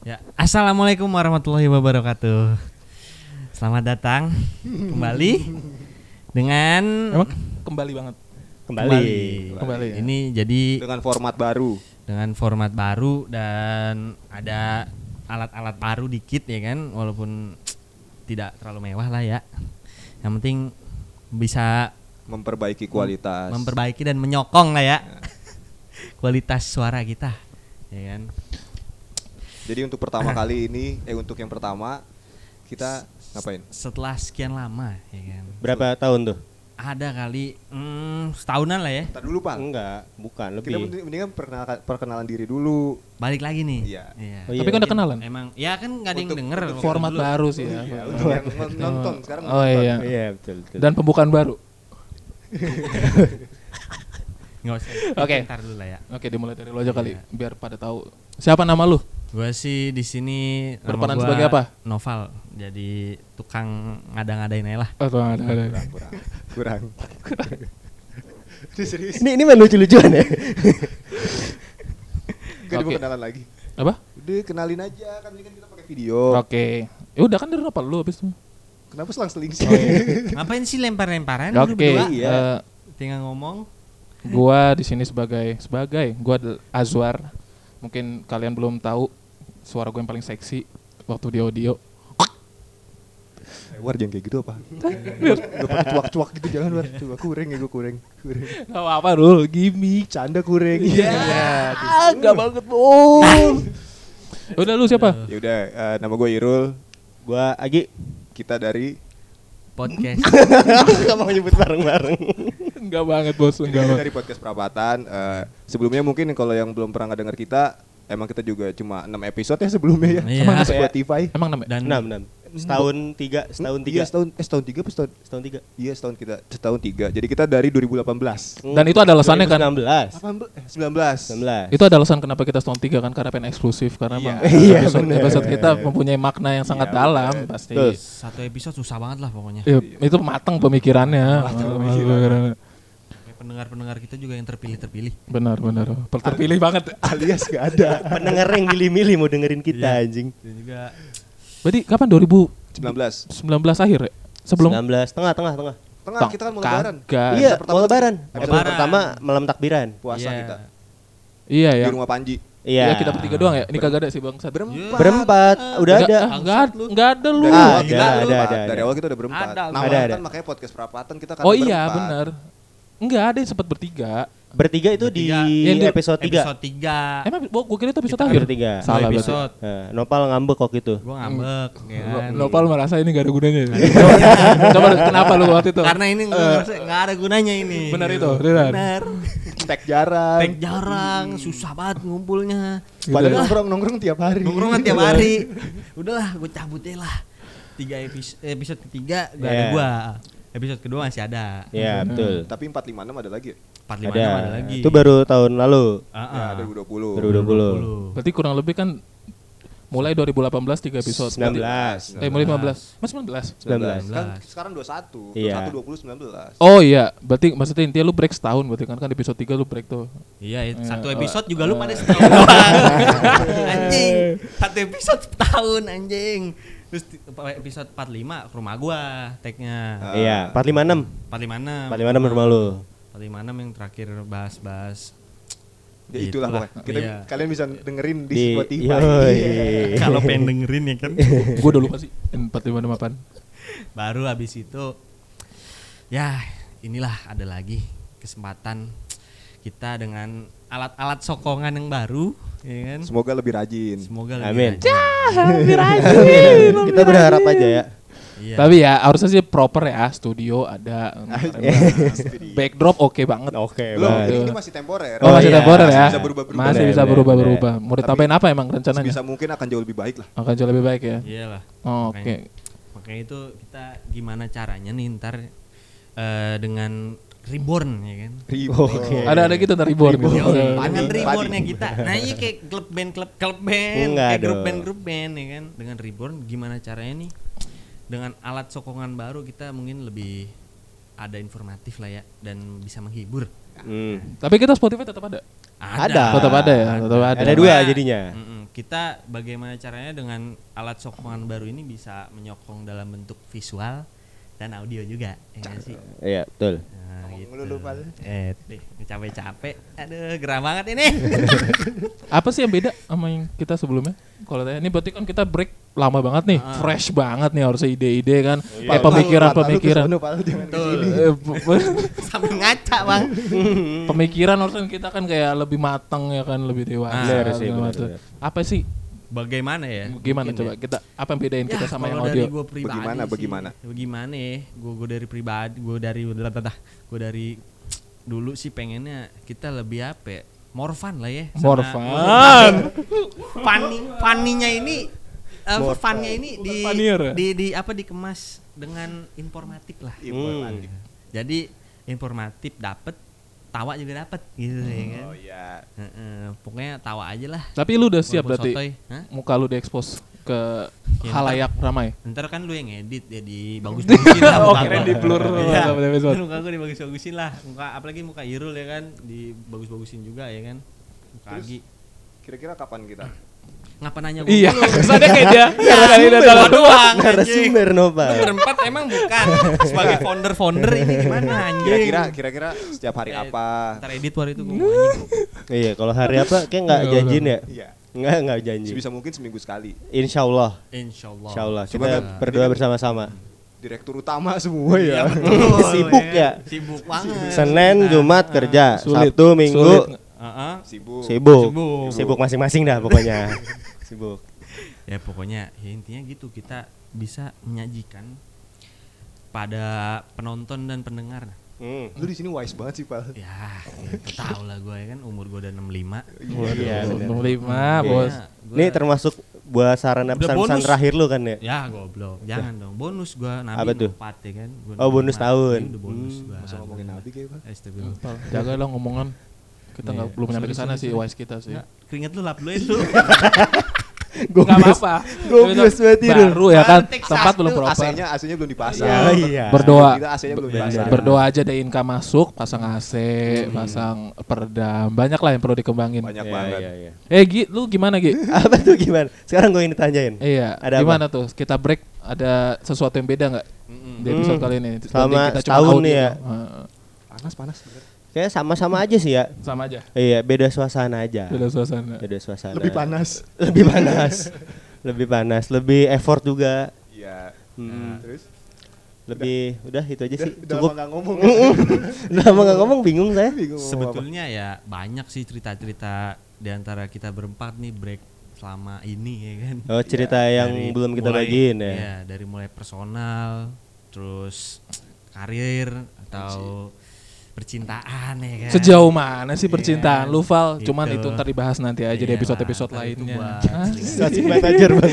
Ya, assalamualaikum warahmatullahi wabarakatuh. Selamat datang kembali dengan Emang kembali banget. Kembali. Ini jadi Dengan format baru dan ada alat-alat baru dikit ya kan, walaupun tidak terlalu mewah lah ya. Yang penting bisa memperbaiki kualitas. memperbaiki dan menyokong lah ya kualitas suara kita, ya kan. Jadi untuk pertama kali ini, untuk yang pertama kita ngapain? Setelah sekian lama ya kan. Berapa tahun tuh? Ada kali setahunan lah ya. Ntar dulu Pak. Enggak, bukan lebih. Kita mendingan perkenalan diri dulu. Balik lagi nih. Iya. Oh, iya. Tapi kan udah kenalan. Emang ya kan nggak ada yang Untuk- denger untuk Format dulu. baru sih ya. Iya, untuk yang nonton sekarang. Oh nonton. iya. Iya, betul. Dan pembukaan baru. Nggak usah. Oke. Ntar dulu lah ya. Oke, dimulai dari lo aja kali Iya. biar pada tahu. Siapa nama lu? Gua sih di sini nama Berperan gua sebagai apa? Noval. Jadi tukang ngada-ngadain aja lah. Oh, ada. Kurang. Ini serius. Ini main lucu-lucuan ya. Gak Oke. kenalan lagi. Apa? Udah kenalin aja kan ini kan kita pakai video. Oke. Ya udah kan dari apa lu habis itu. Kenapa selang-seling sih? Ngapain sih lempar-lemparan lu Oke. berdua? Iya. Tinggal ngomong. Gua di sini sebagai gua Azwar. Mungkin kalian belum tahu suara gue yang paling seksi waktu di audio. War jangan kayak gitu apa? Gak pakai cuak-cuak gitu jangan War. Coba kurang ya gue kurang. Gak apa-apa Rul, gimmick. Canda kurang. Gak banget Bung. Udah lu siapa? Ya udah, nama gue Irul. Gua Agi. Kita dari Podcast. Enggak mau nyebut bareng-bareng. Enggak banget bos, enggak kita banget. dari podcast Perapatan. Sebelumnya mungkin kalau yang belum pernah ngedenger kita, emang kita juga cuma 6 episode ya sebelumnya ya. Iya. Emang di Iya. Spotify. Emang namanya? Dan 6. Setahun 3. Iya, setahun 3 apa setahun? Setahun 3. Iya, setahun 3. Jadi kita dari 2018. Dan itu ada alasannya kan? 19. 19. Itu ada alasan kenapa kita setahun 3 kan, karena pengen eksklusif, karena emang Iya, episode, bener. episode kita mempunyai makna yang sangat Iya, dalam bener. pasti. Betul. satu episode susah banget lah pokoknya. Ya, itu matang pemikirannya. Kayak pendengar-pendengar kita juga yang terpilih. Benar. Terpilih banget. Alias gak ada. Pendengar yang milih-milih mau dengerin kita Iya. anjing. Dan juga Berarti kapan 2019 19. akhir ya? Sebelum 19 tengah. Tengah kita kan mau lebaran. Kagak. Iya, pertama mau lebaran. Episode Episode lebaran. pertama malam takbiran. Puasa Iya. kita. Iya ya. Di rumah Panji. Iya. Iya, kita bertiga doang ya. Ini kagak ada sih Bangsat. Berempat. Udah ada. Enggak ada lu. Dari Ah, awal kita ada, berempat. ada. Dari awal kita udah berempat. Ada. Namanya Ada. kan makanya podcast Perapatan kita kan Oh iya, berempat. benar. Enggak ada yang sempat bertiga. Bertiga itu di Bertiga. Yang di episode 3. Episode 3. Emang gua kira itu episode Kita akhir. Bertiga. Salah berarti. episode. Nopal ngambek kok gitu. Gua ngambek ya kan. Nopal merasa ini gak ada gunanya. Coba kenapa lu waktu itu? Karena ini gua ngerasa nggak ada gunanya ini. Benar itu, benar. Benar. Tag jarang. Tag jarang, susah banget ngumpulnya. Padahal Gitu. nongkrong tiap hari. Nongkrongan tiap hari. Udahlah, gue cabut aja lah. 3 episode ketiga gak ada Iya. gua. Episode kedua masih ada. Iya, betul. Tapi 456 ada lagi. 45 Ada. ada lagi. Itu baru tahun lalu. Ya, 2020. 2020. Berarti kurang lebih kan mulai 2018 3 episode. 19. Mulai 15. Mas 19. 19. Kan sekarang 21. Iya. 21 20 19. Oh iya, berarti maksudnya intinya lu break setahun berarti kan episode 3 lu break tuh. Iya, satu episode juga lu pada setahun doang. Anjing. Satu episode setahun anjing. Terus episode 45 ke rumah gua tag-nya. Iya, 456. 456. 456 rumah lu. 456 yang terakhir bahas-bahas. Ya itulah Itulah. pokoknya. Kita Iya. kalian bisa dengerin di Di Spotify. yoi. Kalau pengen dengerin ya kan. Gua udah lupa sih 456 apaan. Baru habis itu ya inilah ada lagi kesempatan kita dengan alat-alat sokongan yang baru ya kan. Semoga lebih rajin. Semoga Amin. lebih Kita berharap aja ya. Iya. Tapi ya harusnya sih proper ya, studio ada. Backdrop oke banget. Oke, Belum, banget. ini masih temporer. Oh, masih iya. temporer ya. Masih bisa berubah-berubah. Masih bisa Bener, berubah-berubah. Mau Tapi ditambahin apa emang rencananya? Bisa mungkin akan jauh lebih baik lah. Akan jauh lebih baik ya. Iyalah. Oh, Makanya- oke. Makanya itu kita gimana caranya nih ntar dengan reborn ya kan. Oke. Ada gitu ntar reborn. Reborn. gitu. Yoi, Padi, dengan padi. rebornnya kita. Nah, iya kayak klub band, Enggak kayak dong. grup band ya kan. Dengan reborn gimana caranya nih? Dengan alat sokongan baru kita mungkin lebih ada informatif lah ya dan bisa menghibur. Hmm. Tapi kita Spotify tetap ada. Ada. Tetap ada ya, tetap ada. Ada dua jadinya. Mm-mm. kita bagaimana caranya dengan alat sokongan baru ini bisa menyokong dalam bentuk visual dan audio juga, ya nggak sih? Iya, betul. Nah, gitu. Ngelulu, Pal. Capek-capek. Aduh, gerah banget ini. Apa sih yang beda sama yang kita sebelumnya? Kalau tanya ini berarti kan kita break lama banget nih, fresh banget nih harusnya ide-ide kan, pemikiran. Sambil ngaca, Bang. Pemikiran harusnya kita kan kayak lebih matang ya kan, lebih dewasa. Bener sih, segala bener. macam. Apa sih? Bagaimana ya? Gimana Mungkin coba ya. kita apa yang bedain kita sama yang kalau audio? dari gue pribadi Bagaimana? Bagaimana ya? Gue dari pribadi, gue dari dulu sih pengennya kita lebih apa ya? More fun lah ya. More fun. Funny-nya ini funnya ini Funnier ya? di apa dikemas dengan informatif lah. Informatif. Jadi informatif dapet, tawa juga dapet gitu ya kan. Oh iya. Pokoknya tawa aja lah. Tapi lu udah siap Walaupun berarti sotoy. Hah? muka lu diekspos ke Ya, halayak ramai. Ntar kan lu yang edit ya dibagus-bagusin lah. Oh, muka kirain gua. di blur Iya. sama episode. Muka gue dibagus-bagusin lah. Apalagi muka Irul ya kan, dibagus-bagusin juga ya kan. Muka Terus, Agi. Kira-kira kapan kita? Ngapa nanya gue Iya, dulu? kesannya kayak dia. Gua doang. Narasumber Lu Nopal. berempat emang bukan sebagai founder ini gimana anjing? Kira-kira setiap hari apa? Ntar edit war itu gue mau anjing. Iya, kalau hari apa kayak nggak janjiin ya? Iya. Nggak janji. Sebisa mungkin seminggu sekali. Insya Allah. Insyaallah. Insya Allah. Coba Kita kan, berdoa ini- bersama-sama. Direktur utama semua Iya, ya. betul, Sibuk ya? Sibuk banget. Senin, Jumat kerja, Sulit. Sabtu, Minggu Sulit. Heeh. Sibuk. sibuk. Sibuk. Sibuk masing-masing dah pokoknya. Sibuk. Ya pokoknya ya intinya gitu, kita bisa menyajikan pada penonton dan pendengar. Lu di sini wise banget sih, Pal. Ya, tahu lah gue ya kan, umur gue udah 65. Iya, bener. 65, Bos. Gua- Ini termasuk buat saran dan Udah pesan-pesan bonus. terakhir lu kan ya? Ya goblok, jangan dong. Bonus gue nabi Apa tuh? 4 ya kan. Gua Oh, bonus 65, tahun. ini udah bonus gua. Masa ngomongin nabi kayak, Pal? Astagfirullah. Jaga lah ngomongan. Kita nggak Iya. belum nyampe ke Sorry, sana sorry, sih, sorry. wise kita sih. Nggak, keringet lu lap dulu itu. Gak apa-apa. Gobios banget itu. Baru ya kan, Take tempat satu. belum proper. AC-nya belum dipasang. Ya, iya. Berdoa. Kita AC-nya belum dipasang. Berdoa aja deh income masuk, pasang AC, pasang peredam. Banyak lah yang perlu dikembangin. Banyak Iya, banget. iya, iya. Gi, lu gimana Gi? Apa tuh gimana? Sekarang gue ingin ditanyain. Iya, Ada gimana tuh? Kita break, ada sesuatu yang beda nggak di episode kali ini? Sama Dibanding kita cuma setahun audio nih ya. doang. Heeh. Panas bener. Kayak sama-sama aja sih ya. Sama aja. Iya, beda suasana aja. Beda suasana. Beda suasana. Lebih panas. Lebih panas. Lebih panas, lebih effort juga. Iya. Hmm. Terus? Lebih udah itu aja sih. Udah Cukup. lama nggak ngomong. Udah lama nggak ngomong, bingung saya. Bingung mau apa. Sebetulnya ya banyak sih cerita-cerita di antara kita berempat nih break selama ini ya kan. Oh, cerita yang Dari belum kita mulai- bagiin ya. Iya, dari mulai personal, terus karir atau percintaan ya kan. Sejauh mana sih percintaan Iya, lu Val? gitu. Cuman itu ntar dibahas nanti aja di Iya, episode-episode ntar itu lainnya. buat Hah? Asik banget aja, Bang.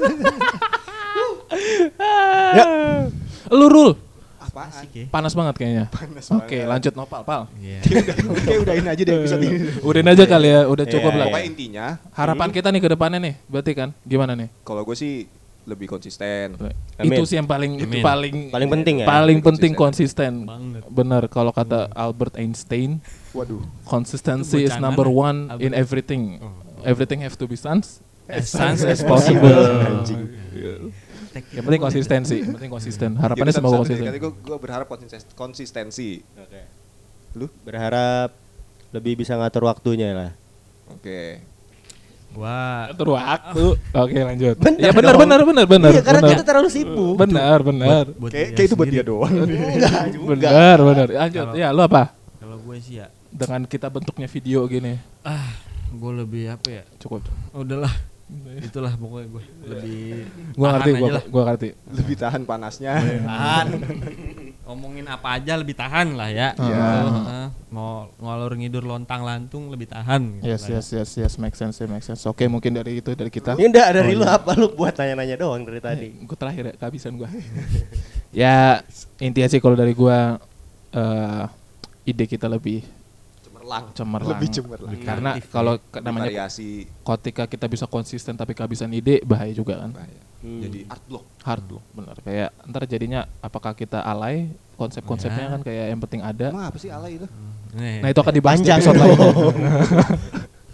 Ya. Lu Rul, Apaan? Asik ya. panas banget kayaknya. Panas Oke, banget. lanjut Nopal, Pal. Iya. Kayak udahin aja deh episode ini. Udahin aja kali ya, udah cukup Iya, lah. Pokoknya intinya, Harapan kita nih ke depannya nih, berarti kan gimana nih? kalau gue sih lebih konsisten. Amin. Itu sih yang paling Amin. Paling penting ya. paling Lebih penting konsisten. Banget. Bener kalau kata Albert Einstein, Waduh. consistency Itu is bocanan number ya? one in Albert. everything. Everything have to be As sans as possible. possible. Anjing. Yang penting konsistensi, yang penting konsisten. Harapannya Ya, semoga satu konsisten. Kali gue berharap konsistensi. Oke. Lu? Berharap lebih bisa ngatur waktunya lah. Oke. Wah, Atur waktu. Oke, lanjut. Bener Ya benar dong. benar benar benar. Iya, karena benar. kita terlalu sibuk. Benar benar. Kayak itu buat dia doang. Enggak juga. Benar benar. Lanjut. Kalau- Ya, lu apa? kalau gue sih ya, Dengan kita bentuknya video gini. gue lebih apa ya? Cukup. Udahlah, itulah pokoknya gue lebih. Gua tahan ngerti, aja lah. gua ngerti. Lebih tahan panasnya. Tahan. Ngomongin apa aja lebih tahan lah ya. Iya. Gitu. Mau ngalor ngidur lontang lantung lebih tahan. gitu Yes, lah ya. yes, make sense, make sense. Oke, mungkin dari itu dari kita. Ini enggak dari lu apa lu buat nanya-nanya doang dari tadi. Gue terakhir ya, kehabisan gue. Ya intinya sih kalau dari gue ide kita lebih cemerlang. Lebih cemerlang. Karena Kreatif, kalau Lebih namanya variasi. ketika kita bisa konsisten tapi kehabisan ide bahaya juga kan. Bahaya. Jadi art block. Hard loh, benar. Kayak ntar jadinya apakah kita alay konsep-konsepnya Ya. kan kayak yang penting ada. Emang apa sih alay itu? Nah itu akan dibahas di Panjang. episode lain.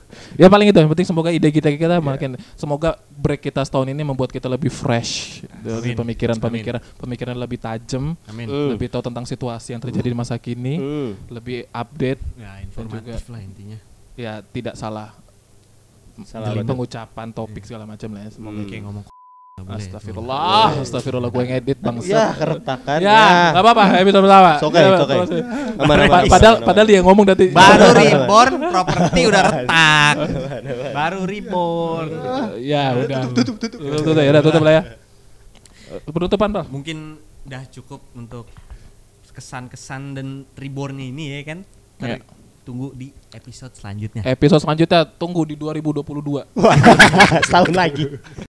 Ya paling itu, yang penting semoga ide kita makin, semoga break kita setahun ini membuat kita lebih fresh dari pemikiran lebih tajam, Amin. lebih tahu tentang situasi yang terjadi di masa kini, lebih update, Ya, informatif lah intinya. ya tidak salah Salah pengucapan topik segala macam lah ya. Semoga Kayak ngomong Astagfirullah gue ngedit bangsa. Ya, keretakan. Ya, enggak apa-apa, episode pertama. Oke. Padahal dia ngomong dari baru reborn properti udah retak. Baru reborn. Ya, udah. Tutup lah ya. Penutupan, Pak. Mungkin udah cukup untuk kesan-kesan dan reborn ini ya kan. Ya. Tunggu di episode selanjutnya. Episode selanjutnya tunggu di 2022. Setahun lagi.